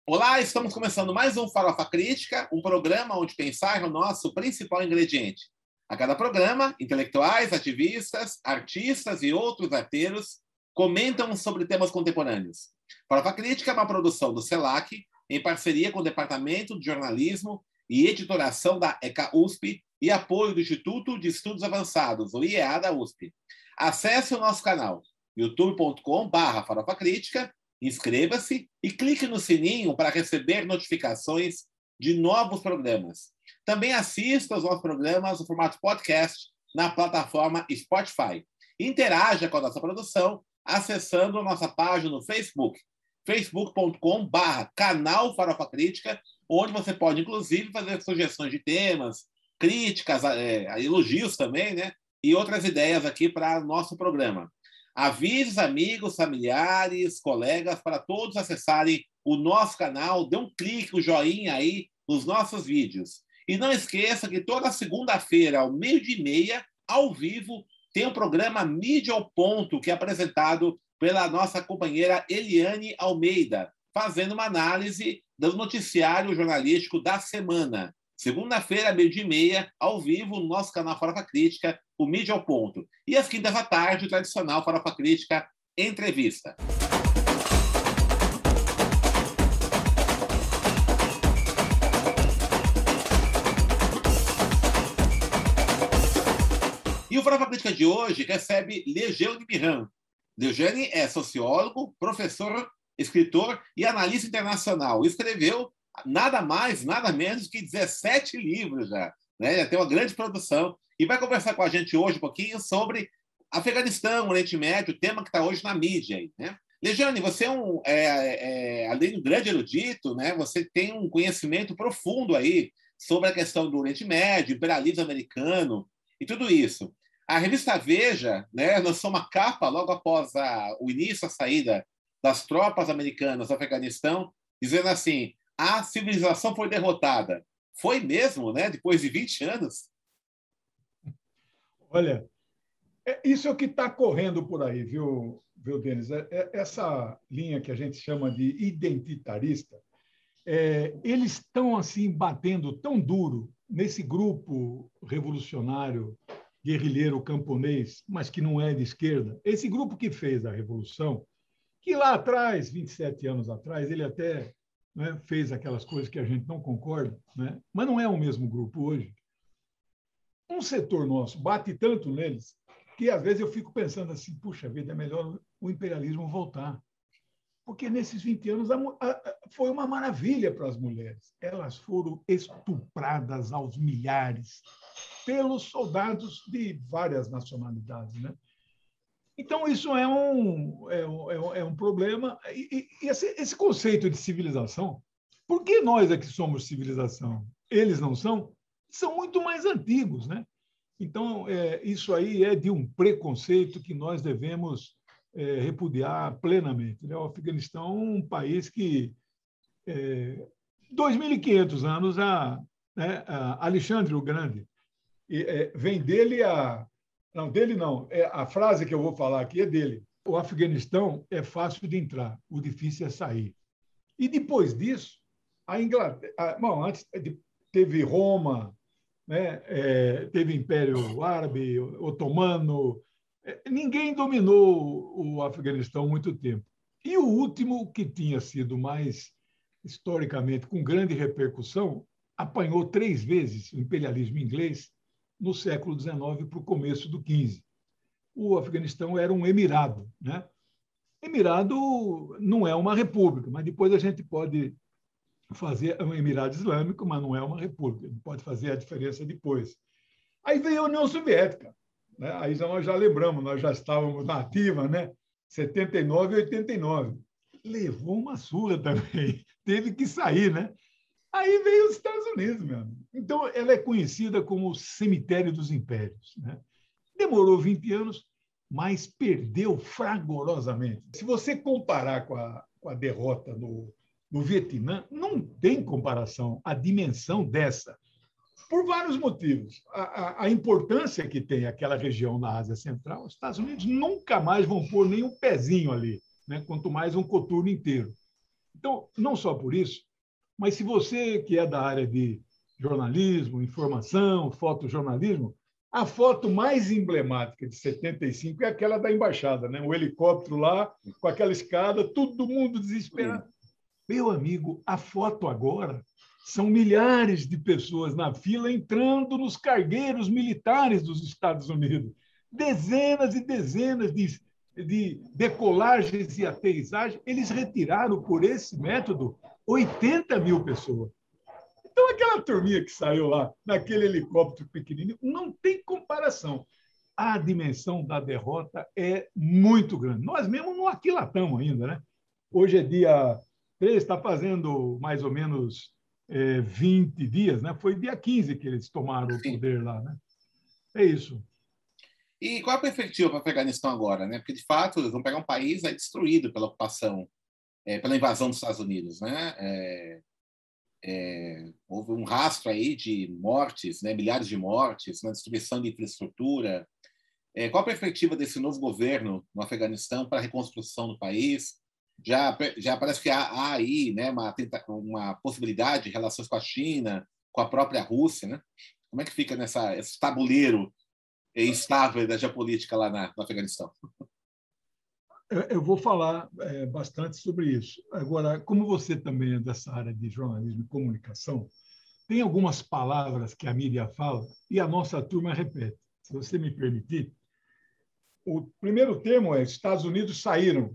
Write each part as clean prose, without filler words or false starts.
Olá, estamos começando mais um Farofa Crítica, um programa onde pensar é o nosso principal ingrediente. A cada programa, intelectuais, ativistas, artistas e outros arteiros comentam sobre temas contemporâneos. Farofa Crítica é uma produção do CELAC, em parceria com o Departamento de Jornalismo e Editoração da ECA-USP e apoio do Instituto de Estudos Avançados, o IEA da USP. Acesse o nosso canal youtube.com/farofacrítica, inscreva-se e clique no sininho para receber notificações de novos programas. Também assista aos nossos programas no formato podcast na plataforma Spotify. Interaja com a nossa produção acessando a nossa página no Facebook, facebook.com/canal Farofa Crítica, onde você pode, inclusive, fazer sugestões de temas, críticas, elogios também, né? E outras ideias aqui para o nosso programa. Avise os amigos, familiares, colegas, para todos acessarem o nosso canal, dê um clique, um joinha aí nos nossos vídeos. E não esqueça que toda segunda-feira, ao 12h30, ao vivo, tem o programa Mídia ao Ponto, que é apresentado pela nossa companheira Eliane Almeida, fazendo uma análise do noticiário jornalístico da semana. Segunda-feira, 12h30, ao vivo, no nosso canal Farofa Crítica, o Mídia ao Ponto. E às quintas à tarde, o tradicional Farofa Crítica Entrevista. E o Farofa Crítica de hoje recebe Lejeune Miran. Lejeune é sociólogo, professor, escritor e analista internacional. Escreveu nada mais, nada menos que 17 livros já, né? Já tem uma grande produção e vai conversar com a gente hoje um pouquinho sobre Afeganistão, Oriente Médio, tema que está hoje na mídia aí, né? Lejeune, você além de um grande erudito, né? Você tem um conhecimento profundo aí sobre a questão do Oriente Médio, imperialismo americano e tudo isso. A revista Veja, né, lançou uma capa logo após o início, a saída das tropas americanas do Afeganistão, dizendo assim: a civilização foi derrotada. Foi mesmo, né? Depois de 20 anos? Olha, isso é o que está correndo por aí, viu Denis? Essa linha que a gente chama de identitarista, eles estão assim batendo tão duro nesse grupo revolucionário, guerrilheiro camponês, mas que não é de esquerda. Esse grupo que fez a revolução, que lá atrás, 27 anos atrás, ele até, né, fez aquelas coisas que a gente não concorda, né? Mas não é o mesmo grupo hoje. Um setor nosso bate tanto neles que, às vezes, eu fico pensando assim, puxa vida, é melhor o imperialismo voltar. Porque nesses 20 anos foi uma maravilha para as mulheres. Elas foram estupradas aos milhares pelos soldados de várias nacionalidades, né? Então, isso é um problema. E esse conceito de civilização, por que nós é que somos civilização? Eles não são? São muito mais antigos, né? Então, isso aí é de um preconceito que nós devemos repudiar plenamente, né? O Afeganistão é um país que, 2.500 anos, né, Alexandre o Grande, vem dele a... Não, dele não. A frase que eu vou falar aqui é dele. O Afeganistão é fácil de entrar, o difícil é sair. E depois disso, a Inglaterra... Bom, antes teve Roma, né? Teve Império Árabe, Otomano. Ninguém dominou o Afeganistão muito tempo. E o último, que tinha sido mais, historicamente, com grande repercussão, apanhou 3 vezes o imperialismo inglês no século XIX para o começo do XV. O Afeganistão era um emirado, né? Emirado não é uma república, mas depois a gente pode fazer um emirado islâmico, mas não é uma república. A gente pode fazer a diferença depois. Aí veio a União Soviética, né? Aí nós já lembramos, nós já estávamos na ativa, né? 79 e 89. Levou uma surra também, teve que sair, né? Aí veio os Estados Unidos, meu amigo. Então, ela é conhecida como o cemitério dos impérios, né? Demorou 20 anos, mas perdeu fragorosamente. Se você comparar com a derrota no Vietnã, não tem comparação a dimensão dessa, por vários motivos. A importância que tem aquela região na Ásia Central, os Estados Unidos nunca mais vão pôr nenhum pezinho ali, né? Quanto mais um coturno inteiro. Então, não só por isso, mas se você que é da área de jornalismo, informação, fotojornalismo, a foto mais emblemática de 75 é aquela da embaixada, né? O helicóptero lá, com aquela escada, todo mundo desesperado. Meu amigo, a foto agora são milhares de pessoas na fila entrando nos cargueiros militares dos Estados Unidos. Dezenas e dezenas de decolagens e aterrissagens. Eles retiraram, por esse método, 80 mil pessoas. Então, aquela turminha que saiu lá, naquele helicóptero pequenininho, não tem comparação. A dimensão da derrota é muito grande. Nós mesmo não aquilatamos ainda, né? Hoje é dia 3, está fazendo mais ou menos 20 dias, né? Foi dia 15 que eles tomaram o poder lá, né? É isso. E qual a perspectiva para o Afeganistão agora, né? Porque, de fato, eles vão pegar um país aí destruído pela ocupação, pela invasão dos Estados Unidos, né? Houve um rastro aí de mortes, né? Milhares de mortes, na destruição de infraestrutura. Qual a perspectiva desse novo governo no Afeganistão para a reconstrução do país? Já parece que há aí, né, uma possibilidade de relações com a China, com a própria Rússia, né? Como é que fica esse tabuleiro instável da geopolítica lá no Afeganistão? Eu vou falar bastante sobre isso. Agora, como você também é dessa área de jornalismo e comunicação, tem algumas palavras que a mídia fala e a nossa turma repete. Se você me permitir, o primeiro termo é Estados Unidos saíram.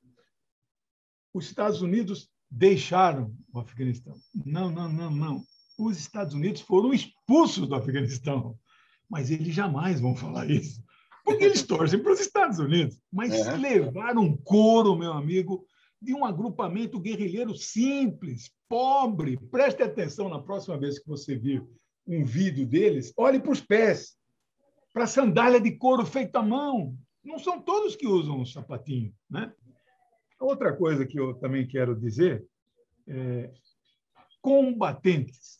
Os Estados Unidos deixaram o Afeganistão. Não, não, não, não. Os Estados Unidos foram expulsos do Afeganistão. Mas eles jamais vão falar isso. Porque eles torcem para os Estados Unidos. Mas levaram um couro, meu amigo, de um agrupamento guerrilheiro simples, pobre. Preste atenção na próxima vez que você vir um vídeo deles, olhe para os pés, para a sandália de couro feita à mão. Não são todos que usam um sapatinho, né? Outra coisa que eu também quero dizer é combatentes,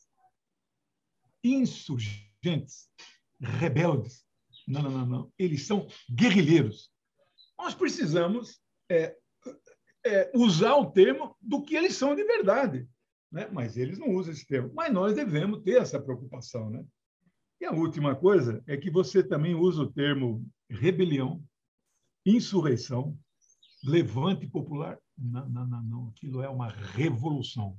insurgentes, rebeldes. Não, não, não, não. Eles são guerrilheiros. Nós precisamos usar o termo do que eles são de verdade, né? Mas eles não usam esse termo. Mas nós devemos ter essa preocupação, né? E a última coisa é que você também usa o termo rebelião, insurreição, levante popular. Não, não, não, não. Aquilo é uma revolução.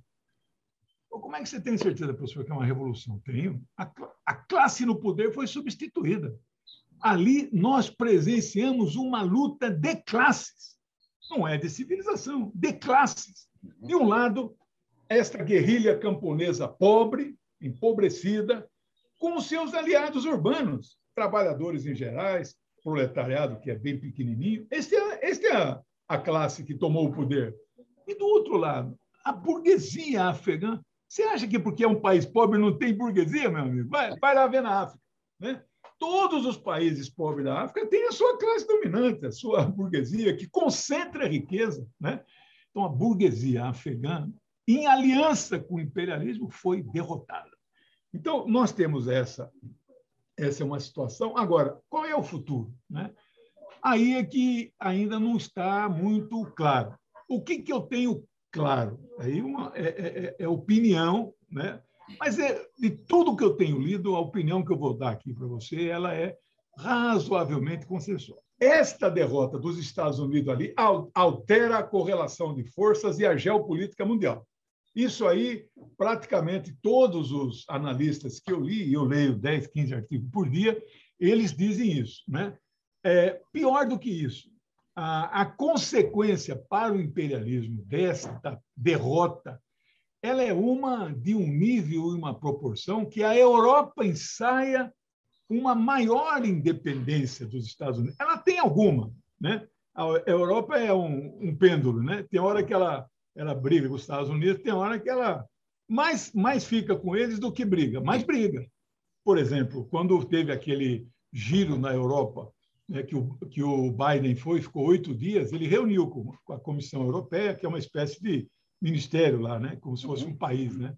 Como é que você tem certeza, professor, que é uma revolução? Tenho. A classe no poder foi substituída. Ali nós presenciamos uma luta de classes. Não é de civilização, de classes. De um lado, esta guerrilha camponesa pobre, empobrecida, com os seus aliados urbanos, trabalhadores em gerais, proletariado, que é bem pequenininho. Esta é a classe que tomou o poder. E, do outro lado, a burguesia afegã. Você acha que porque é um país pobre não tem burguesia, meu amigo? Vai lá ver na África, né? Todos os países pobres da África têm a sua classe dominante, a sua burguesia, que concentra a riqueza, né? Então, a burguesia afegã, em aliança com o imperialismo, foi derrotada. Então, nós temos essa é uma situação. Agora, qual é o futuro, né? Aí é que ainda não está muito claro. O que eu tenho claro? Aí é opinião, né? Mas de tudo que eu tenho lido, a opinião que eu vou dar aqui para você, ela é razoavelmente consensual. Esta derrota dos Estados Unidos ali altera a correlação de forças e a geopolítica mundial. Isso aí, praticamente todos os analistas que eu li, e eu leio 10, 15 artigos por dia, eles dizem isso, né? Pior do que isso, a consequência para o imperialismo desta derrota, ela é de um nível e uma proporção que a Europa ensaia uma maior independência dos Estados Unidos. Ela tem alguma, né? A Europa é um pêndulo, né? Tem hora que ela briga com os Estados Unidos, tem hora que ela mais fica com eles do que briga, mais briga. Por exemplo, quando teve aquele giro na Europa, né, que o Biden ficou 8 dias, ele reuniu com a Comissão Europeia, que é uma espécie de ministério lá, né, como se fosse um país, né?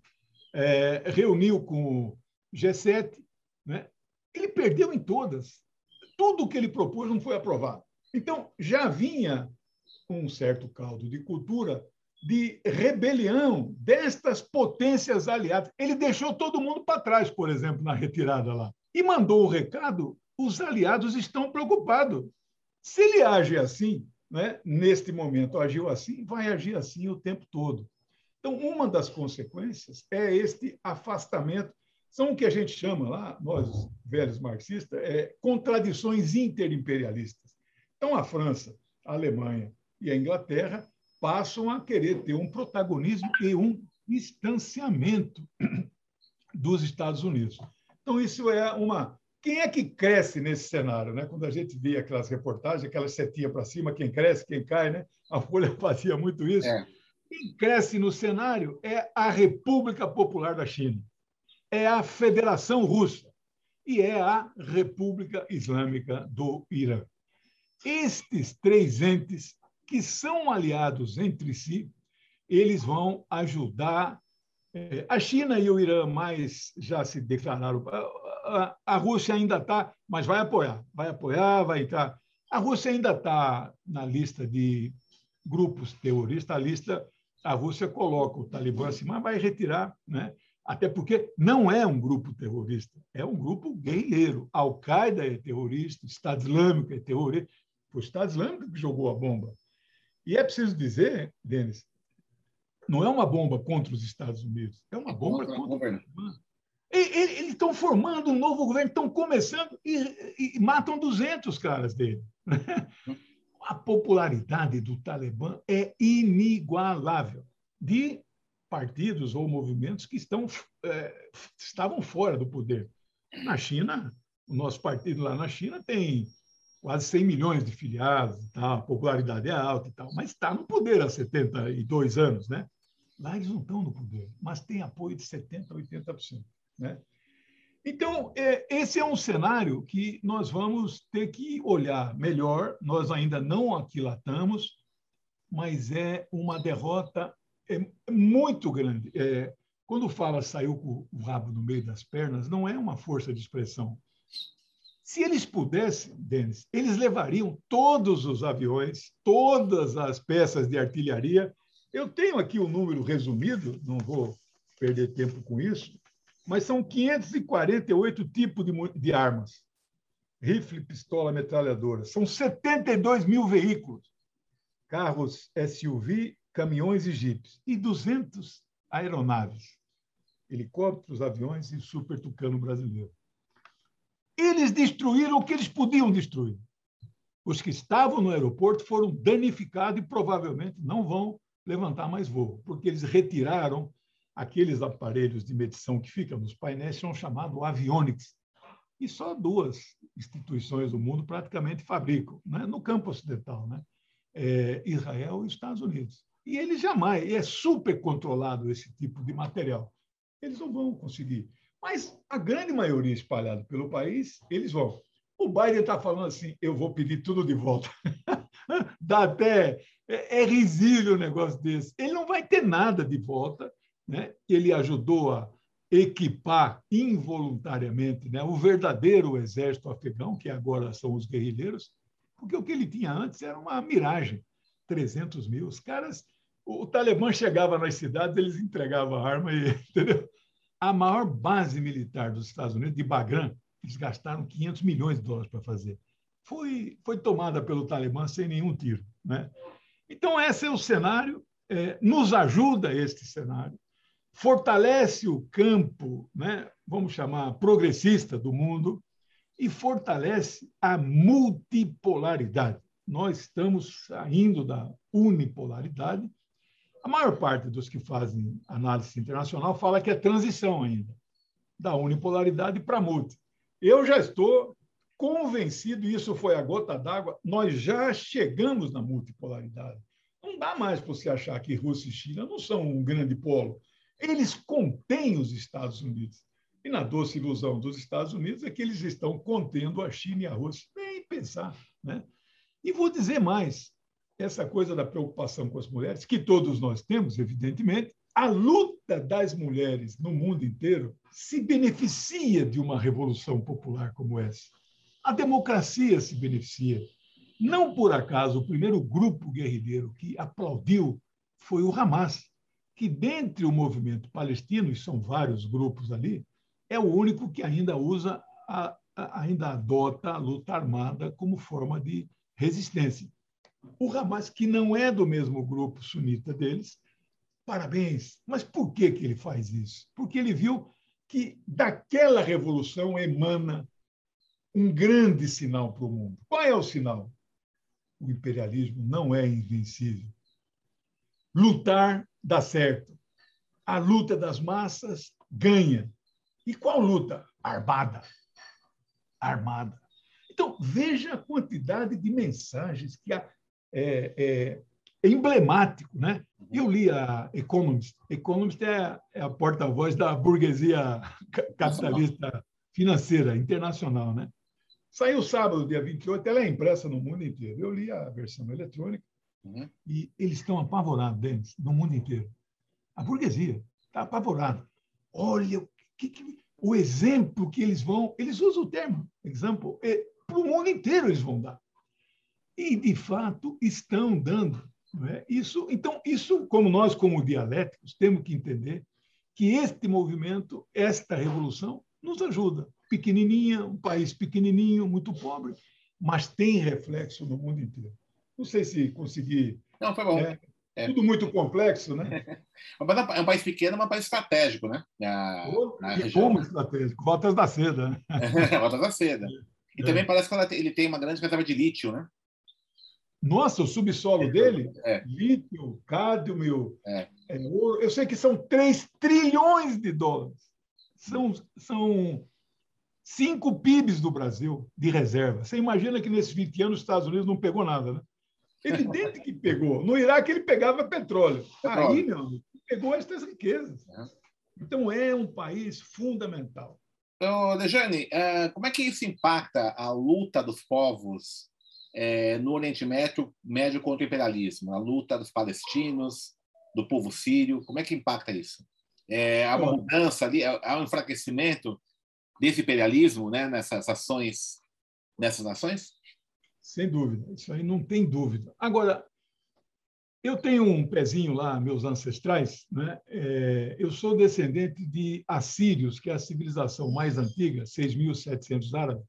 Reuniu com o G7, né? Ele perdeu em todas. Tudo o que ele propôs não foi aprovado. Então, já vinha um certo caldo de cultura de rebelião destas potências aliadas. Ele deixou todo mundo para trás, por exemplo, na retirada lá. E mandou o recado, os aliados estão preocupados. Se ele age assim, né, neste momento agiu assim, vai agir assim o tempo todo. Então, uma das consequências é este afastamento. São o que a gente chama lá, nós, velhos marxistas, contradições interimperialistas. Então, a França, a Alemanha e a Inglaterra passam a querer ter um protagonismo e um distanciamento dos Estados Unidos. Então, isso é uma... Quem é que cresce nesse cenário? Né? Quando a gente vê aquelas reportagens, aquelas setinhas para cima, quem cresce, quem cai, né? A Folha fazia muito isso. Quem cresce no cenário é a República Popular da China, é a Federação Russa e é a República Islâmica do Irã. Estes três entes, que são aliados entre si, eles vão ajudar. A China e o Irã mais já se declararam. A Rússia ainda está, mas vai apoiar, vai entrar. A Rússia ainda está na lista de grupos terroristas. A Rússia coloca o Talibã assim, mas vai retirar, né? Até porque não é um grupo terrorista, é um grupo guerrilheiro. Al-Qaeda é terrorista, o Estado Islâmico é terrorista. Foi o Estado Islâmico que jogou a bomba. E é preciso dizer, Denis, não é uma bomba contra os Estados Unidos, é uma bomba contra o governo. Eles estão formando um novo governo, estão começando e matam 200 caras dele. A popularidade do Talibã é inigualável, de partidos ou movimentos que estavam fora do poder. Na China, o nosso partido lá na China tem quase 100 milhões de filiados, tá? A popularidade é alta e tal, mas está no poder há 72 anos, né? Lá eles não estão no poder, mas tem apoio de 70% a 80%. Né? Então, esse é um cenário que nós vamos ter que olhar melhor. Nós ainda não aquilatamos, mas é uma derrota muito grande. Quando fala saiu com o rabo no meio das pernas, não é uma força de expressão. Se eles pudessem, Denis, eles levariam todos os aviões, todas as peças de artilharia. Eu tenho aqui o número resumido, não vou perder tempo com isso, mas são 548 tipos de armas. Rifle, pistola, metralhadora. São 72 mil veículos. Carros SUV, caminhões e jipes. E 200 aeronaves. Helicópteros, aviões e super tucano brasileiro. Eles destruíram o que eles podiam destruir. Os que estavam no aeroporto foram danificados e provavelmente não vão levantar mais voo, porque eles retiraram aqueles aparelhos de medição que ficam nos painéis, são chamados avionics, e só 2 instituições do mundo praticamente fabricam, né? No campo ocidental, né? Israel e Estados Unidos. E eles jamais, é super controlado esse tipo de material. Eles não vão conseguir. Mas a grande maioria espalhada pelo país, eles vão. O Biden está falando assim, eu vou pedir tudo de volta. Dá até... É risível o negócio desse. Ele não vai ter nada de volta, né? Ele ajudou a equipar involuntariamente, né, o verdadeiro exército afegão, que agora são os guerrilheiros, porque o que ele tinha antes era uma miragem. 300 mil. Os caras... O Talibã chegava nas cidades, eles entregavam a arma e... Entendeu? A maior base militar dos Estados Unidos, de Bagram, eles gastaram 500 milhões de dólares para fazer. Foi tomada pelo Talibã sem nenhum tiro. Né? Então, esse é o cenário. Nos ajuda este cenário, fortalece o campo, né, vamos chamar, progressista do mundo, e fortalece a multipolaridade. Nós estamos saindo da unipolaridade. A maior parte dos que fazem análise internacional fala que é transição ainda, da unipolaridade para a multi. Eu já estou convencido, e isso foi a gota d'água, nós já chegamos na multipolaridade. Não dá mais para você achar que Rússia e China não são um grande polo. Eles contêm os Estados Unidos. E na doce ilusão dos Estados Unidos é que eles estão contendo a China e a Rússia. Nem pensar. Né? E vou dizer mais. Essa coisa da preocupação com as mulheres, que todos nós temos, evidentemente, a luta das mulheres no mundo inteiro se beneficia de uma revolução popular como essa. A democracia se beneficia. Não por acaso, o primeiro grupo guerrilheiro que aplaudiu foi o Hamas, que, dentre o movimento palestino, e são vários grupos ali, é o único que ainda ainda adota a luta armada como forma de resistência. O Hamas, que não é do mesmo grupo sunita deles, parabéns. Mas por que ele faz isso? Porque ele viu que daquela revolução emana um grande sinal para o mundo. Qual é o sinal? O imperialismo não é invencível. Lutar dá certo. A luta das massas ganha. E qual luta? Armada. Armada. Então, veja a quantidade de mensagens que há. É emblemático, né? Eu li a Economist. Economist é a porta-voz da burguesia capitalista financeira internacional, né? Saiu sábado, dia 28, ela é impressa no mundo inteiro. Eu li a versão eletrônica e eles estão apavorados, Denis, no mundo inteiro. A burguesia está apavorada. Olha o exemplo que eles usam o termo, exemplo, para o mundo inteiro eles vão dar. E, de fato, estão dando. Não é? Então, como nós, como dialéticos, temos que entender que este movimento, esta revolução, nos ajuda. Pequenininha, um país pequenininho, muito pobre, mas tem reflexo no mundo inteiro. Não sei se consegui... Não, foi bom. Tudo muito complexo, né? É um país pequeno, mas um país estratégico, né? Na região. Como estratégico? Rotas da Seda. Né? Rotas da Seda. E também parece que ele tem uma grande reserva de lítio, né? Nossa, o subsolo dele, lítio, cádmio, ouro. Eu sei que são 3 trilhões de dólares. São 5 PIBs do Brasil de reserva. Você imagina que nesses 20 anos os Estados Unidos não pegou nada, né? Evidente que pegou. No Iraque ele pegava petróleo. Aí, meu amigo, pegou estas riquezas. Então, é um país fundamental. Então, Dejane, como é que isso impacta a luta dos povos no Oriente Médio contra o imperialismo? A luta dos palestinos, do povo sírio, como é que impacta isso? Há uma mudança ali, há um enfraquecimento desse imperialismo, né, nessas ações, nessas nações? Sem dúvida, isso aí não tem dúvida. Agora, eu tenho um pezinho lá, meus ancestrais, né? Eu sou descendente de assírios, que é a civilização mais antiga, 6.700 árabes,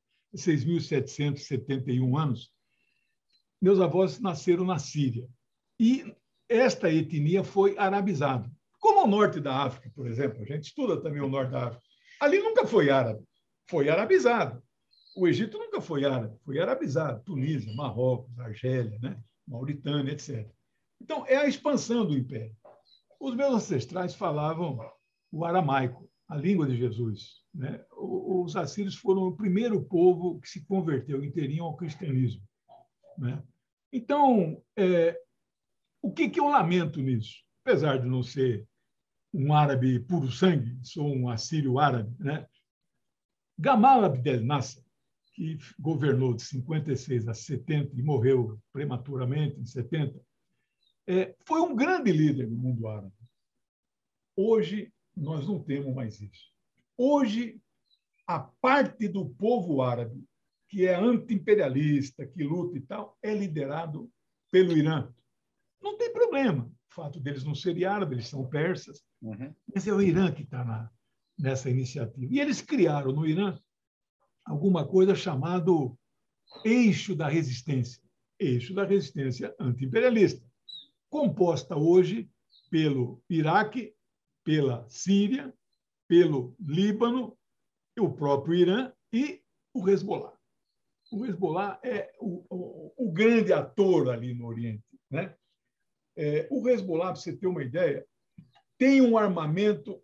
6.771 anos. Meus avós nasceram na Síria. E esta etnia foi arabizada. Como o norte da África, por exemplo, a gente estuda também o norte da África. Ali nunca foi árabe, foi arabizado. O Egito nunca foi árabe, foi arabizado. Tunísia, Marrocos, Argélia, né? Mauritânia, etc. Então, é a expansão do império. Os meus ancestrais falavam o aramaico, a língua de Jesus. Né? Os assírios foram o primeiro povo que se converteu inteirinho ao cristianismo. Né? Então, o que eu lamento nisso? Apesar de não ser um árabe puro sangue, sou um assírio árabe, né? Gamal Abdel Nasser, que governou de 56 a 70 e morreu prematuramente em 70, foi um grande líder do mundo árabe. Hoje, nós não temos mais isso. Hoje, a parte do povo árabe que é anti-imperialista, que luta e tal, é liderado pelo Irã. Não tem problema o fato deles não serem árabes, eles são persas, mas é o Irã que está nessa iniciativa. E eles criaram no Irã alguma coisa chamado eixo da resistência anti-imperialista, composta hoje pelo Iraque, pela Síria, pelo Líbano, o próprio Irã e o Hezbollah. O Hezbollah é o grande ator ali no Oriente. Né? O Hezbollah, para você ter uma ideia, tem um armamento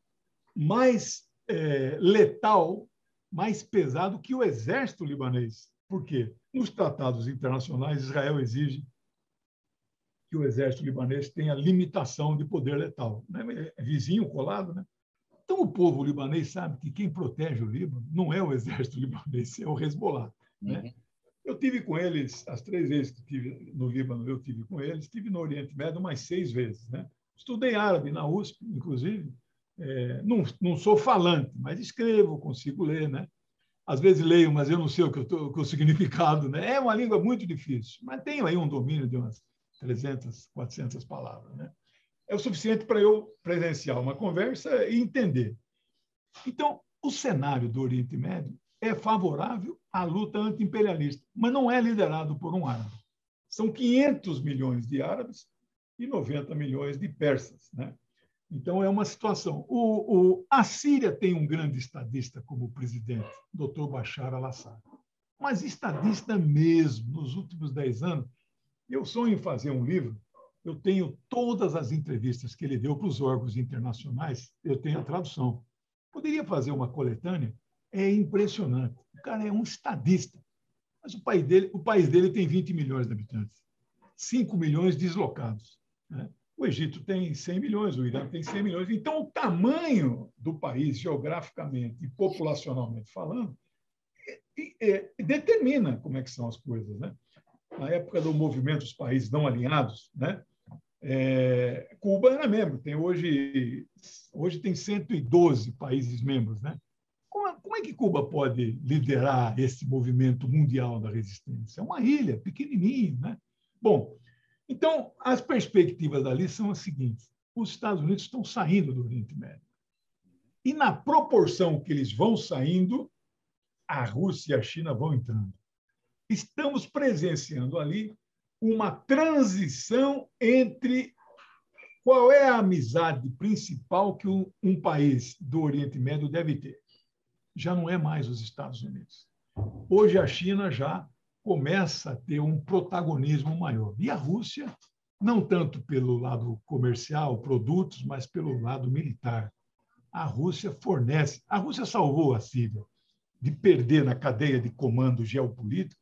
mais letal, mais pesado que o exército libanês. Por quê? Nos tratados internacionais, Israel exige que o exército libanês tenha limitação de poder letal. Né? É vizinho colado, né? Então, o povo libanês sabe que quem protege o Líbano não é o exército libanês, é o Hezbollah. Né? Eu tive com eles, as 3 vezes que estive no Líbano, eu tive com eles, estive no Oriente Médio mais 6 vezes. Né? Estudei árabe na USP, inclusive. Não sou falante, mas escrevo, consigo ler. Né? Às vezes leio, mas eu não sei o significado. Né? É uma língua muito difícil, mas tenho aí um domínio de umas 300, 400 palavras. Né? é o suficiente para eu presenciar uma conversa e entender. Então, o cenário do Oriente Médio é favorável à luta anti-imperialista, mas não é liderado por um árabe. São 500 milhões de árabes e 90 milhões de persas, né? Então, é uma situação. A Síria tem um grande estadista como presidente, Dr. Bashar al-Assad. Mas estadista mesmo, nos últimos 10 anos, eu sonho em fazer um livro, eu tenho todas as entrevistas que ele deu para os órgãos internacionais, eu tenho a tradução. Poderia fazer uma coletânea? É impressionante. O cara é um estadista, mas o país dele tem 20 milhões de habitantes, 5 milhões deslocados, né? O Egito tem 100 milhões, o Irã tem 100 milhões. Então, o tamanho do país, geograficamente e populacionalmente falando, determina como é que são as coisas, né? Na época do movimento dos países não alinhados, né? Cuba era membro, hoje tem 112 países membros, né? Como é que Cuba pode liderar esse movimento mundial da resistência? É uma ilha pequenininha, né? Bom, então, as perspectivas dali são as seguintes. Os Estados Unidos estão saindo do Oriente Médio. E, na proporção que eles vão saindo, a Rússia e a China vão entrando. Estamos presenciando ali uma transição entre qual é a amizade principal que um país do Oriente Médio deve ter. Já não é mais os Estados Unidos. Hoje, a China já começa a ter um protagonismo maior. E a Rússia, não tanto pelo lado comercial, produtos, mas pelo lado militar. A Rússia salvou a Síria de perder na cadeia de comando geopolítico.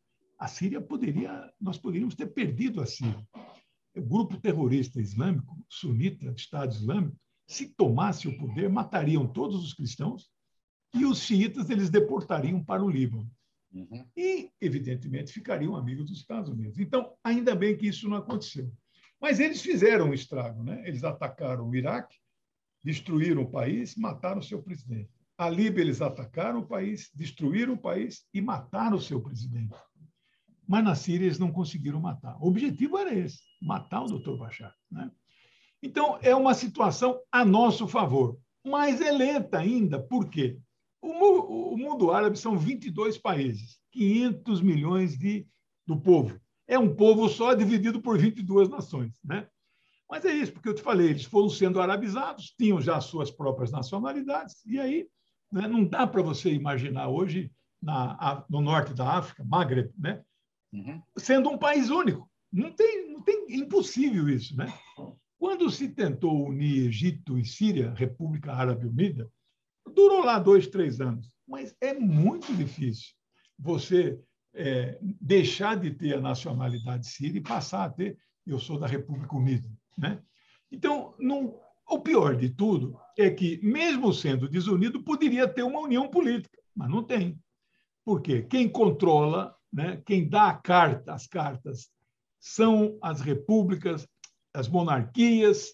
Nós poderíamos ter perdido a Síria. O grupo terrorista islâmico, sunita, Estado Islâmico, se tomasse o poder, matariam todos os cristãos e os xiitas eles deportariam para o Líbano. Uhum. E, evidentemente, ficariam amigos dos Estados Unidos. Então, ainda bem que isso não aconteceu. Mas eles fizeram um estrago, né? Eles atacaram o Iraque, destruíram o país, mataram o seu presidente. A Líbia, eles atacaram o país, destruíram o país e mataram o seu presidente. Mas na Síria, eles não conseguiram matar. O objetivo era esse, matar o Dr. Bashar, né? Então, é uma situação a nosso favor. Mas é lenta ainda, por quê? O mundo árabe são 22 países, 500 milhões do povo. É um povo só dividido por 22 nações, né? Mas é isso, porque eu te falei, eles foram sendo arabizados, tinham já suas próprias nacionalidades, e aí, né, não dá para você imaginar hoje, no norte da África, Maghreb, né, sendo um país único. É impossível isso, né? Quando se tentou unir Egito e Síria, República Árabe Unida, durou lá 2, 3 anos, mas é muito difícil você deixar de ter a nacionalidade síria e passar a ter, eu sou da República Unida, né? Então, o pior de tudo é que, mesmo sendo desunido, poderia ter uma união política, mas não tem. Por quê? Quem controla, né, quem dá as cartas, são as repúblicas, as monarquias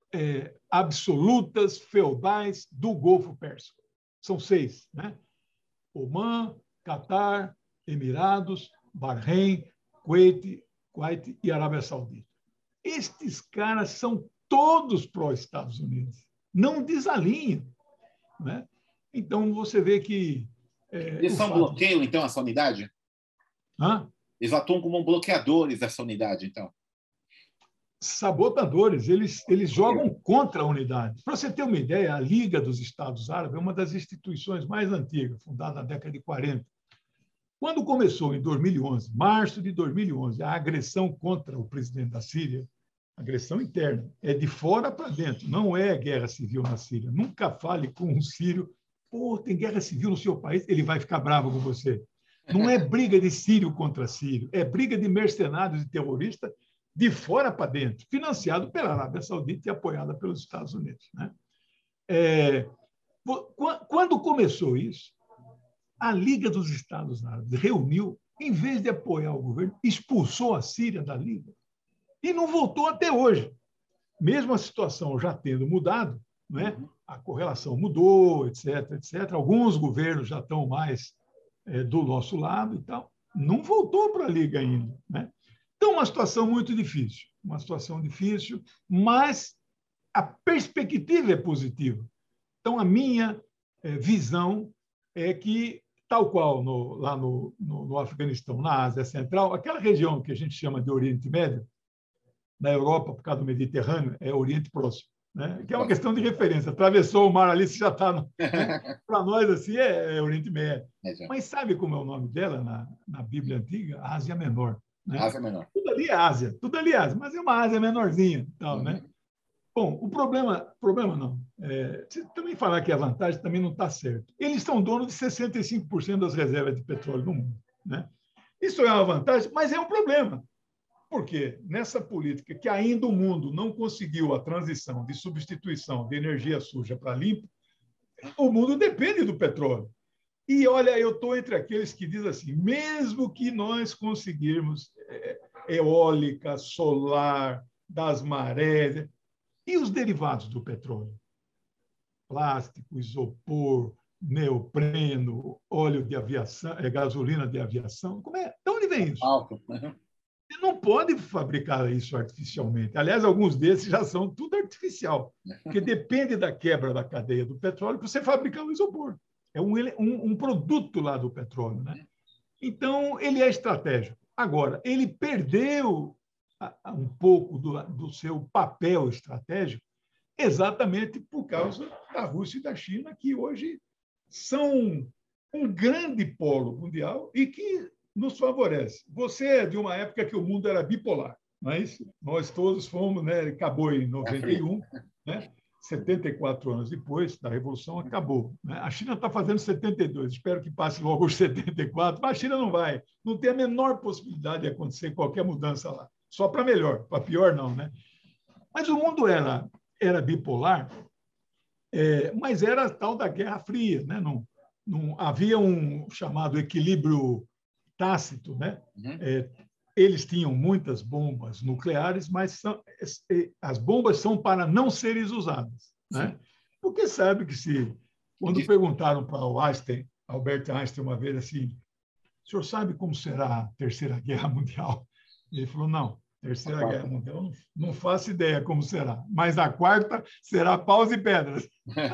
absolutas, feudais do Golfo Pérsico. São 6, né? Omã, Catar, Emirados, Bahrein, Kuwait e Arábia Saudita. Estes caras são todos pró-Estados Unidos, não desalinham, né? Então, você vê que... Eles bloqueiam, então, essa unidade? Eles atuam como bloqueadores dessa unidade, então? Sabotadores, eles jogam contra a unidade. Para você ter uma ideia, a Liga dos Estados Árabes é uma das instituições mais antigas, fundada na década de 40. Quando começou, em 2011, março de 2011, a agressão contra o presidente da Síria, agressão interna, é de fora para dentro, não é guerra civil na Síria. Nunca fale com um sírio, tem guerra civil no seu país, ele vai ficar bravo com você. Não é briga de sírio contra sírio, é briga de mercenários e terroristas de fora para dentro, financiado pela Arábia Saudita e apoiada pelos Estados Unidos, né? Quando começou isso, a Liga dos Estados Árabes reuniu, em vez de apoiar o governo, expulsou a Síria da Liga e não voltou até hoje. Mesmo a situação já tendo mudado, né? A correlação mudou, etc., etc. Alguns governos já estão mais do nosso lado e tal. Não voltou para a Liga ainda, né? Então, uma situação muito difícil, mas a perspectiva é positiva. Então, a minha visão é que, tal qual lá no Afeganistão, na Ásia Central, aquela região que a gente chama de Oriente Médio, na Europa, por causa do Mediterrâneo, é Oriente Próximo, né? Que é uma questão de referência. Atravessou o mar ali, você já está... Né? Para nós, assim, é Oriente Médio. Mas sabe como é o nome dela na Bíblia Antiga? Ásia Menor. Né? Ásia Menor. Tudo ali é Ásia, mas é uma Ásia menorzinha. Tal, né? Bom, o problema não. Se também falar que é vantagem, também não está certo. Eles são donos de 65% das reservas de petróleo no mundo. Né? Isso é uma vantagem, mas é um problema. Porque nessa política que ainda o mundo não conseguiu a transição de substituição de energia suja para limpa, o mundo depende do petróleo. E, olha, eu estou entre aqueles que dizem assim, mesmo que nós conseguirmos eólica, solar, das marés, e os derivados do petróleo? Plástico, isopor, neopreno, óleo de aviação, gasolina de aviação. Como é? De onde vem isso? Você não pode fabricar isso artificialmente. Aliás, alguns desses já são tudo artificial, porque depende da quebra da cadeia do petróleo para você fabricar o isopor. É um produto lá do petróleo. Né? Então, ele é estratégico. Agora, ele perdeu um pouco do seu papel estratégico exatamente por causa da Rússia e da China, que hoje são um grande polo mundial e que nos favorece. Você é de uma época que o mundo era bipolar, mas nós todos fomos, né? Acabou em 91, né? 74 anos depois da Revolução, acabou. Né? A China está fazendo 72, espero que passe logo os 74, mas a China não vai. Não tem a menor possibilidade de acontecer qualquer mudança lá. Só para melhor, para pior não. Né? Mas o mundo era bipolar, mas era a tal da Guerra Fria. Né? Não havia um chamado equilíbrio tácito. Né? Eles tinham muitas bombas nucleares, mas as bombas são para não serem usadas. Né? Porque sabe que quando perguntaram para o Albert Einstein uma vez assim, o senhor sabe como será a Terceira Guerra Mundial? Ele falou, não, Terceira Guerra Mundial não faço ideia como será, mas a quarta será paus e pedras.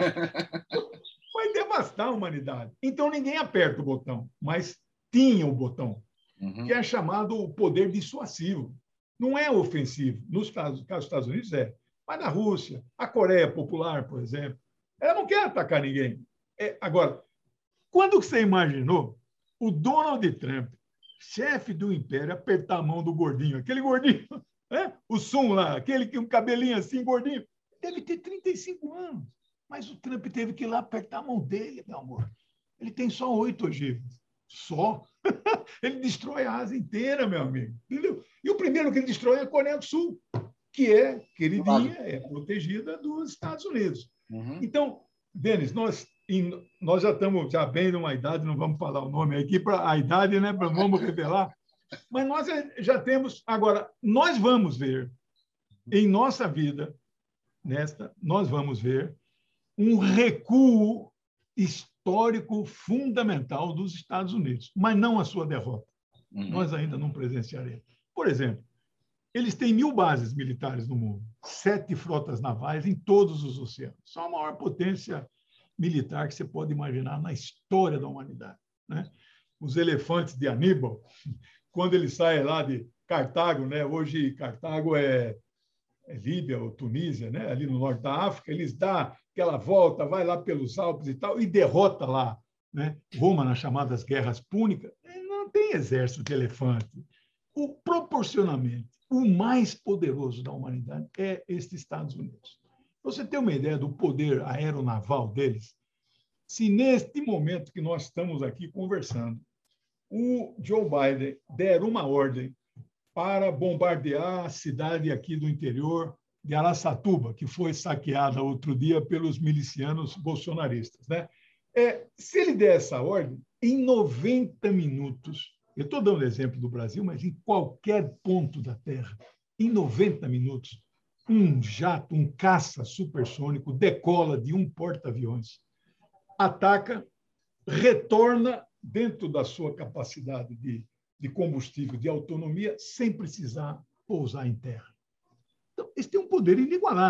Vai devastar a humanidade. Então ninguém aperta o botão, mas tinha o botão. Que é chamado o poder dissuasivo. Não é ofensivo. Nos casos dos Estados Unidos mas na Rússia, a Coreia Popular, por exemplo, ela não quer atacar ninguém. Agora, quando você imaginou o Donald Trump, chefe do império, apertar a mão do gordinho, aquele gordinho, o Sun lá, aquele que um cabelinho assim, gordinho, deve ter 35 anos, mas o Trump teve que ir lá apertar a mão dele, meu amor. Ele tem só 8 ogivas. Só? Ele destrói a Ásia inteira, meu amigo. Entendeu? E o primeiro que ele destrói é a Coreia do Sul, que é queridinha, é protegida dos Estados Unidos. Então, Denis, nós já estamos bem numa idade, não vamos falar o nome aqui, para a idade, né? Não vamos revelar, mas nós já temos. Agora, nós vamos ver, em nossa vida, nós vamos ver um recuo histórico fundamental dos Estados Unidos, mas não a sua derrota. Nós ainda não presenciaremos. Por exemplo, eles têm 1.000 bases militares no mundo, 7 frotas navais em todos os oceanos. São a maior potência militar que você pode imaginar na história da humanidade. Né? Os elefantes de Aníbal, quando ele sai lá de Cartago, né? Hoje Cartago é Líbia ou Tunísia, né? Ali no norte da África, eles dão aquela volta, vai lá pelos Alpes e tal, e derrota lá, né? Roma nas chamadas guerras púnicas. Não tem exército de elefante. Proporcionalmente, o mais poderoso da humanidade é estes Estados Unidos. Você tem uma ideia do poder aeronaval deles? Se neste momento que nós estamos aqui conversando, o Joe Biden der uma ordem para bombardear a cidade aqui do interior de Araçatuba, que foi saqueada outro dia pelos milicianos bolsonaristas. Né? Se ele der essa ordem, em 90 minutos, eu estou dando exemplo do Brasil, mas em qualquer ponto da Terra, em 90 minutos, um jato, um caça supersônico decola de um porta-aviões, ataca, retorna dentro da sua capacidade de combustível, de autonomia, sem precisar pousar em terra. Então, eles têm um poder inigualável.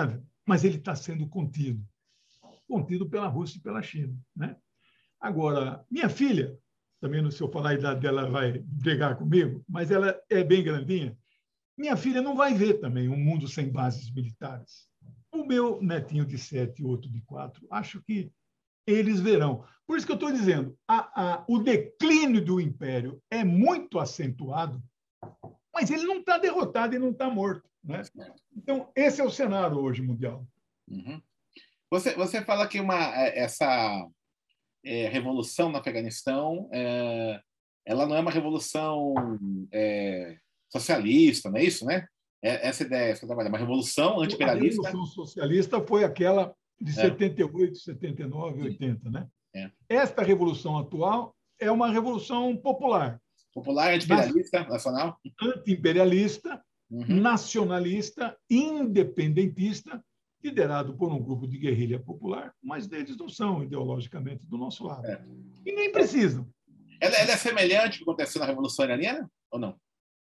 mas ele está sendo contido pela Rússia e pela China, né? Agora, minha filha, também, se eu falar a idade dela, vai brigar comigo, mas ela é bem grandinha. Minha filha não vai ver também um mundo sem bases militares. O meu netinho de 7 e outro de 4, acho que eles verão. Por isso que eu estou dizendo, o declínio do império é muito acentuado, mas ele não está derrotado e não está morto, né? Então, esse é o cenário hoje mundial. Uhum. Você fala que essa revolução no Afeganistão, ela não é uma revolução socialista, não é isso, né? Essa ideia que eu trabalho, uma revolução anti-imperialista. A revolução socialista foi aquela de 78, 79, 80, né? Esta revolução atual é uma revolução popular. Popular, anti-imperialista, nacional. Anti-imperialista, nacionalista, independentista, liderado por um grupo de guerrilha popular, mas eles não são ideologicamente do nosso lado. E nem precisam. Ela é semelhante ao que aconteceu na Revolução Iraniana ou não?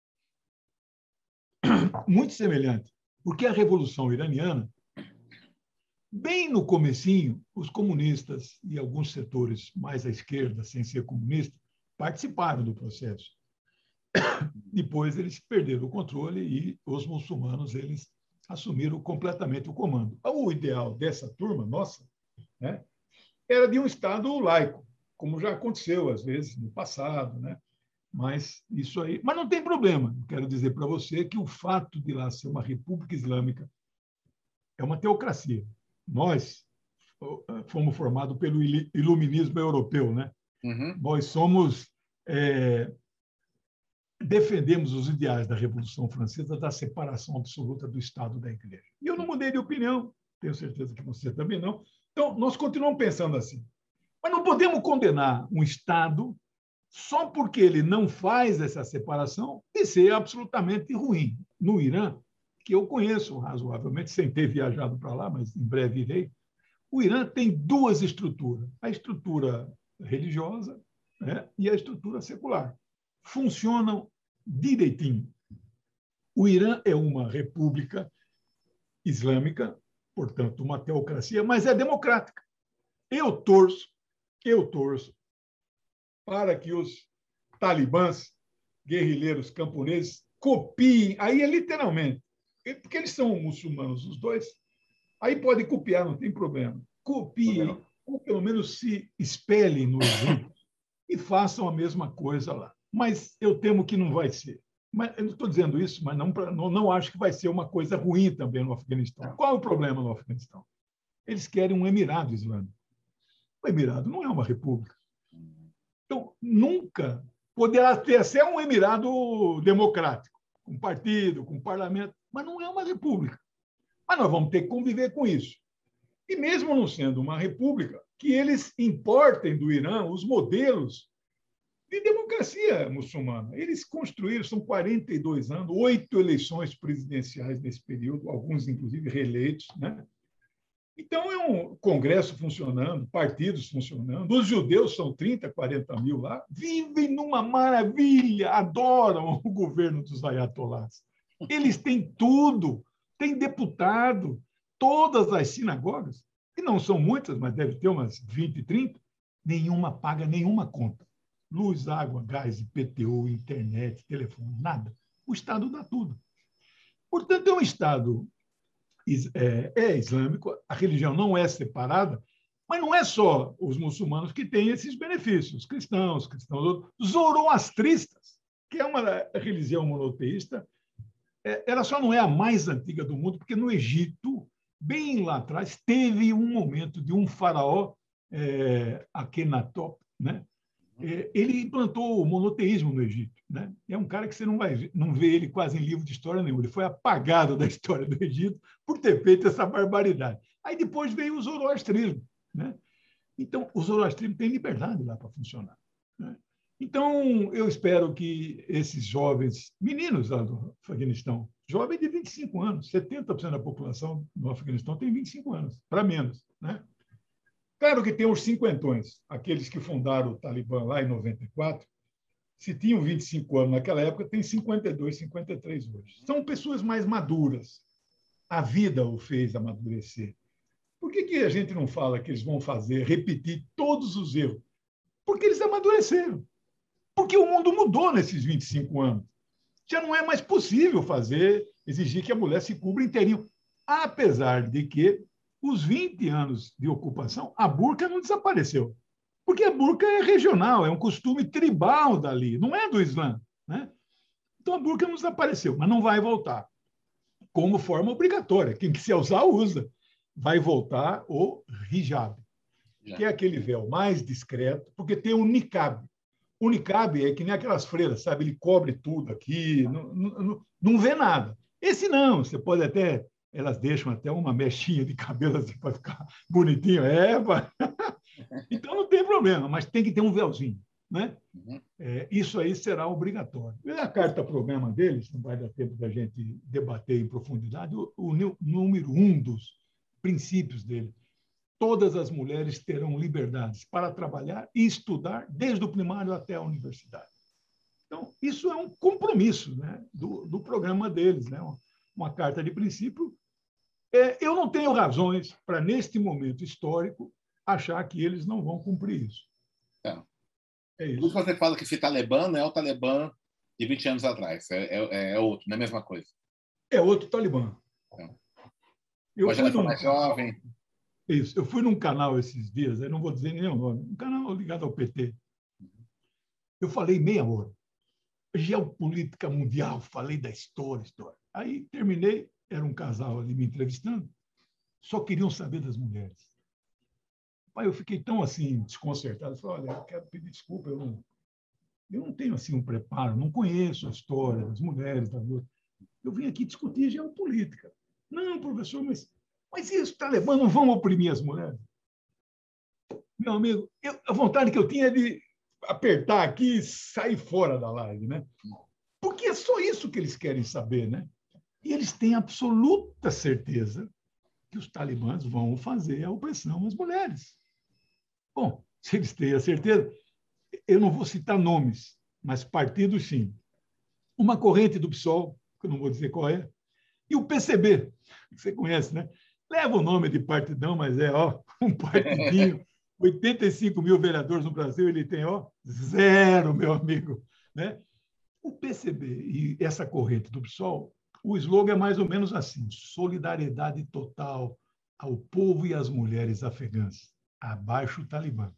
Muito semelhante, porque a Revolução Iraniana, bem no comecinho, os comunistas e alguns setores mais à esquerda, sem ser comunista, participaram do processo. Depois eles perderam o controle e os muçulmanos eles assumiram completamente o comando. O ideal dessa turma, nossa, né, era de um Estado laico, como já aconteceu às vezes no passado, né? Mas isso aí, mas não tem problema. Quero dizer para você que o fato de lá ser uma república islâmica é uma teocracia. Nós fomos formados pelo iluminismo europeu, né? Nós somos defendemos os ideais da Revolução Francesa da separação absoluta do Estado da Igreja. E eu não mudei de opinião, tenho certeza que você também não. Então, nós continuamos pensando assim. Mas não podemos condenar um Estado só porque ele não faz essa separação de ser absolutamente ruim. No Irã, que eu conheço razoavelmente, sem ter viajado para lá, mas em breve irei, o Irã tem duas estruturas, a estrutura religiosa, né, e a estrutura secular. Funcionam direitinho. O Irã é uma república islâmica, portanto, uma teocracia, mas é democrática. Eu torço para que os talibãs, guerrilheiros camponeses, copiem, aí é literalmente, porque eles são muçulmanos os dois, aí pode copiar, não tem problema. Copiem, ou pelo menos se espelhem no Egito e façam a mesma coisa lá. Mas eu temo que não vai ser. Mas eu não estou dizendo isso, mas não acho que vai ser uma coisa ruim também no Afeganistão. Qual é o problema no Afeganistão? Eles querem um Emirado Islâmico. O Emirado não é uma república. Então, nunca poderá ter até um Emirado democrático, com partido, com parlamento, mas não é uma república. Mas nós vamos ter que conviver com isso. E mesmo não sendo uma república, que eles importem do Irã os modelos de democracia muçulmana. Eles construíram, são 42 anos, 8 eleições presidenciais nesse período, alguns, inclusive, reeleitos, né? Então, é um congresso funcionando, partidos funcionando. Os judeus são 30, 40 mil lá, vivem numa maravilha, adoram o governo dos ayatolás. Eles têm tudo, têm deputado, todas as sinagogas, que não são muitas, mas deve ter umas 20, 30, nenhuma paga nenhuma conta. Luz, água, gás, IPTU, internet, telefone, nada. O Estado dá tudo. Portanto, é um Estado islâmico, a religião não é separada, mas não é só os muçulmanos que têm esses benefícios, os cristãos zoroastristas, que é uma religião monoteísta, ela só não é a mais antiga do mundo, porque no Egito, bem lá atrás, teve um momento de um faraó, Akhenaton, né? Ele implantou o monoteísmo no Egito, né? É um cara que você não vê ele quase em livro de história nenhum. Ele foi apagado da história do Egito por ter feito essa barbaridade. Aí depois veio o zoroastrismo, né? Então, o zoroastrismo tem liberdade lá para funcionar, né? Então, eu espero que esses jovens, meninos lá do Afeganistão, jovem de 25 anos, 70% da população do Afeganistão tem 25 anos, para menos, né? Claro que tem os cinquentões, aqueles que fundaram o Talibã lá em 94, se tinham 25 anos naquela época, tem 52, 53 hoje. São pessoas mais maduras. a vida o fez amadurecer. Por que a gente não fala que eles vão repetir todos os erros? Porque eles amadureceram. Porque o mundo mudou nesses 25 anos. Já não é mais possível exigir que a mulher se cubra inteirinho. Apesar de que, os 20 anos de ocupação, a burca não desapareceu. Porque a burca é regional, é um costume tribal dali, não é do Islã, né? Então, a burca não desapareceu, mas não vai voltar como forma obrigatória. Quem quiser usar, usa. Vai voltar o hijab, que é aquele véu mais discreto, porque tem o niqab. O niqab é que nem aquelas freiras, sabe? Ele cobre tudo aqui, não vê nada. Esse não, você pode até... Elas deixam até uma mechinha de cabelo assim para ficar bonitinho. Então não tem problema, mas tem que ter um véuzinho, né? Isso aí será obrigatório. E a carta-programa deles, não vai dar tempo da gente debater em profundidade, o número 1 dos princípios dele. Todas as mulheres terão liberdades para trabalhar e estudar desde o primário até a universidade. Então, isso é um compromisso, né, do programa deles, né? Uma carta de princípio. Eu não tenho razões para, neste momento histórico, achar que eles não vão cumprir isso. É isso. Por isso você fala que esse Talibã não é o Talibã de 20 anos atrás, é outro, não é a mesma coisa. É outro Talibã. Eu fui mais jovem. Isso. Eu fui num canal esses dias, eu não vou dizer nem o nome, um canal ligado ao PT. Eu falei meia hora. Geopolítica mundial, falei da história. Aí terminei, era um casal ali me entrevistando, só queriam saber das mulheres. Pai, eu fiquei tão assim desconcertado. Eu falei, olha, eu quero pedir desculpa, eu não tenho assim um preparo, não conheço a história das mulheres, da luta. Eu vim aqui discutir geopolítica. Não, professor, mas e os talibãs não vão oprimir as mulheres? Meu amigo, a vontade que eu tinha é de apertar aqui e sair fora da live, né? Porque é só isso que eles querem saber, né? E eles têm absoluta certeza que os talibãs vão fazer a opressão às mulheres. Bom, se eles têm a certeza, eu não vou citar nomes, mas partidos sim. Uma corrente do PSOL, que eu não vou dizer qual é, e o PCB, que você conhece, né? Leva o nome de partidão, mas um partidinho. 85 mil vereadores no Brasil, ele tem 0, meu amigo, né? O PCB e essa corrente do PSOL, o slogan é mais ou menos assim: solidariedade total ao povo e às mulheres afegãs. Abaixo o Talibã.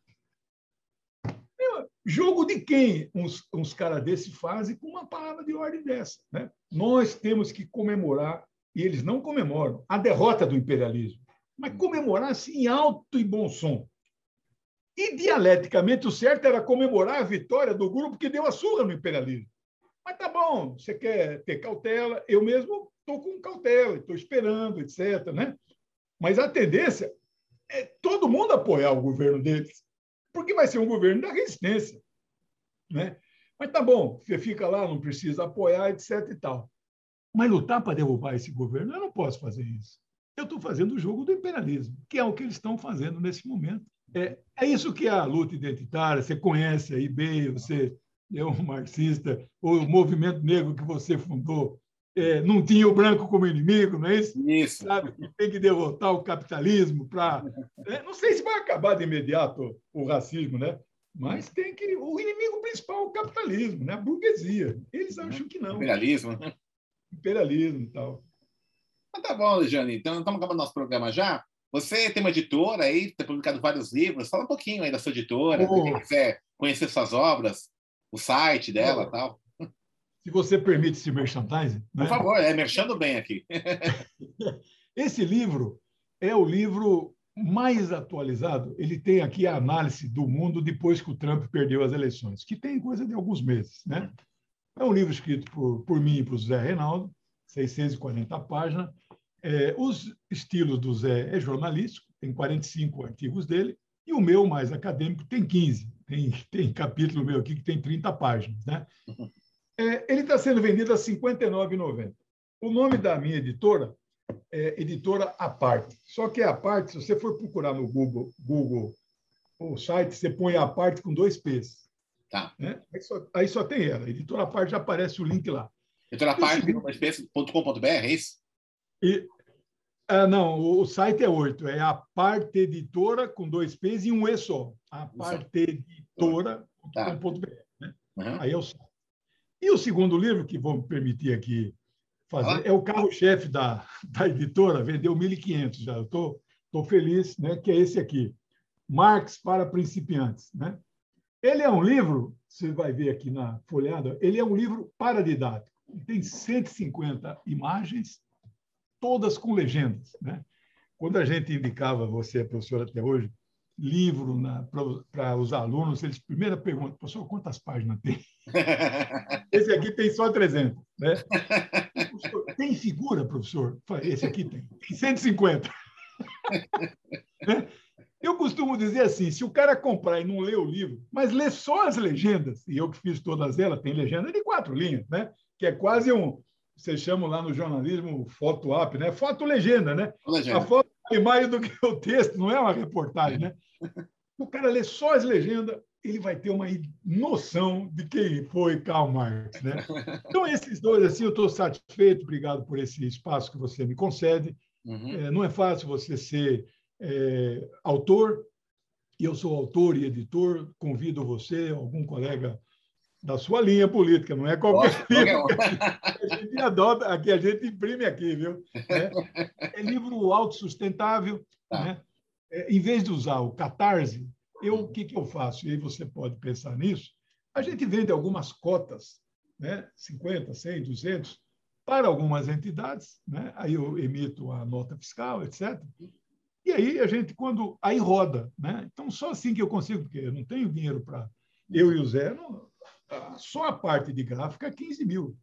Jogo de quem uns caras desses fazem com uma palavra de ordem dessa, né? Nós temos que comemorar, e eles não comemoram, a derrota do imperialismo, mas comemorar-se em alto e bom som. E, dialeticamente, o certo era comemorar a vitória do grupo que deu a surra no imperialismo. Mas tá bom, você quer ter cautela, eu mesmo estou com cautela, estou esperando, etc., né? Mas a tendência é todo mundo apoiar o governo deles, porque vai ser um governo da resistência, né? Mas tá bom, você fica lá, não precisa apoiar, etc. e tal. Mas lutar para derrubar esse governo, eu não posso fazer isso. Eu estou fazendo o jogo do imperialismo, que é o que eles estão fazendo nesse momento. É isso que é a luta identitária. Você conhece aí bem, você é um marxista, o movimento negro que você fundou não tinha o branco como inimigo, não é isso? Isso. Sabe? Que tem que derrotar o capitalismo para... não sei se vai acabar de imediato o racismo, né? Mas tem que... O inimigo principal é o capitalismo, né? A burguesia. Eles acham que não. Imperialismo. Imperialismo e tal. Mas tá bom, Jane. Então, estamos acabando nosso programa já. Você tem uma editora aí, tem publicado vários livros. Fala um pouquinho aí da sua editora. Quem quiser conhecer suas obras, o site dela e tal. Se você permite esse merchandising. Por favor, merchando bem aqui. Esse livro é o livro mais atualizado. Ele tem aqui a análise do mundo depois que o Trump perdeu as eleições, que tem coisa de alguns meses, né? É um livro escrito por mim e por Zé Reinaldo, 640 páginas. Os estilos do Zé é jornalístico, tem 45 artigos dele, e o meu, mais acadêmico, tem 15. Tem capítulo meu aqui que tem 30 páginas, né? Ele está sendo vendido a R$ 59,90. O nome da minha editora é Editora Aparte. Só que a Aparte, se você for procurar no Google o site, você põe Aparte com 2 P's. Tá. Né? Aí só tem ela. Editora Aparte, já aparece o link lá. Editoraparte.com.br, é isso? E, não, o site é 8, é a Parte Editora com 2 P's e um E só. A Parte Editora.com.br. Né? Uhum. Aí é o site. E o segundo livro, que vou me permitir aqui fazer, Ah. é o carro-chefe da editora, vendeu 1.500 já. Eu estou feliz, né, que é esse aqui, Marx para Principiantes. Né? Ele é um livro, você vai ver aqui na folhada, ele é um livro paradidático. Tem 150 imagens, todas com legendas. Né? Quando a gente indicava, você é professor até hoje, livro para os alunos, eles primeiro perguntam, professor, quantas páginas tem? Esse aqui tem só 300. Né? Tem figura, professor? Esse aqui tem 150. Né? Eu costumo dizer assim, se o cara comprar e não ler o livro, mas ler só as legendas, e eu que fiz todas elas, tem legenda de 4 linhas, né? Que é quase vocês chamam lá no jornalismo foto-op, né? Foto-legenda, né? Legenda. A foto é mais do que o texto, não é uma reportagem, né? O cara lê só as legendas, ele vai ter uma noção de quem foi Karl Marx, né? Então, esses dois, assim, eu estou satisfeito, obrigado por esse espaço que você me concede. Uhum. Não é fácil você ser autor, e eu sou autor e editor, convido você, algum colega da sua linha política, não é qualquer livro que a gente adota, aqui a gente imprime aqui, viu? É livro autossustentável, Tá. né? Em vez de usar o Catarse, o que eu faço? E aí você pode pensar nisso. A gente vende algumas cotas, né? 50, 100, 200, para algumas entidades, né? Aí eu emito a nota fiscal, etc. E aí a gente, aí roda, né? Então, só assim que eu consigo, porque eu não tenho dinheiro para... Eu e o Zé, só a parte de gráfica, 15 mil.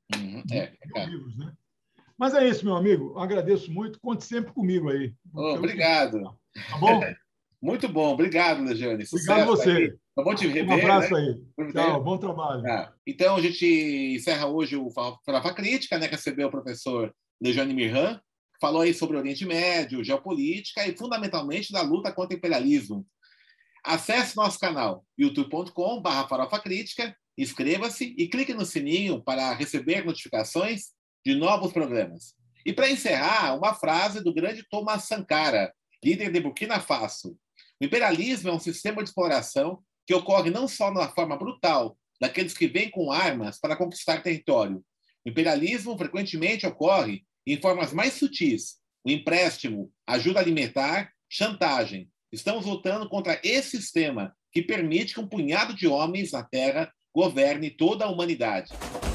Livros, né? Mas é isso, meu amigo. Agradeço muito. Conte sempre comigo aí. Obrigado. Tá bom? Muito bom. Obrigado, Lejane. Obrigado a você. Tá bom te rever. Um abraço, né? Aí. Muito Tchau, bom trabalho. Então, a gente encerra hoje o Farofa Crítica, né, que recebeu o professor Lejane Mirhan, que falou aí sobre o Oriente Médio, geopolítica e, fundamentalmente, da luta contra o imperialismo. Acesse nosso canal youtube.com/Farofa Crítica, inscreva-se e clique no sininho para receber notificações de novos programas. E, para encerrar, uma frase do grande Thomas Sankara, líder de Burkina Faso. O imperialismo é um sistema de exploração que ocorre não só na forma brutal daqueles que vêm com armas para conquistar território. O imperialismo frequentemente ocorre em formas mais sutis: o empréstimo, ajuda alimentar, chantagem. Estamos lutando contra esse sistema que permite que um punhado de homens na Terra governe toda a humanidade.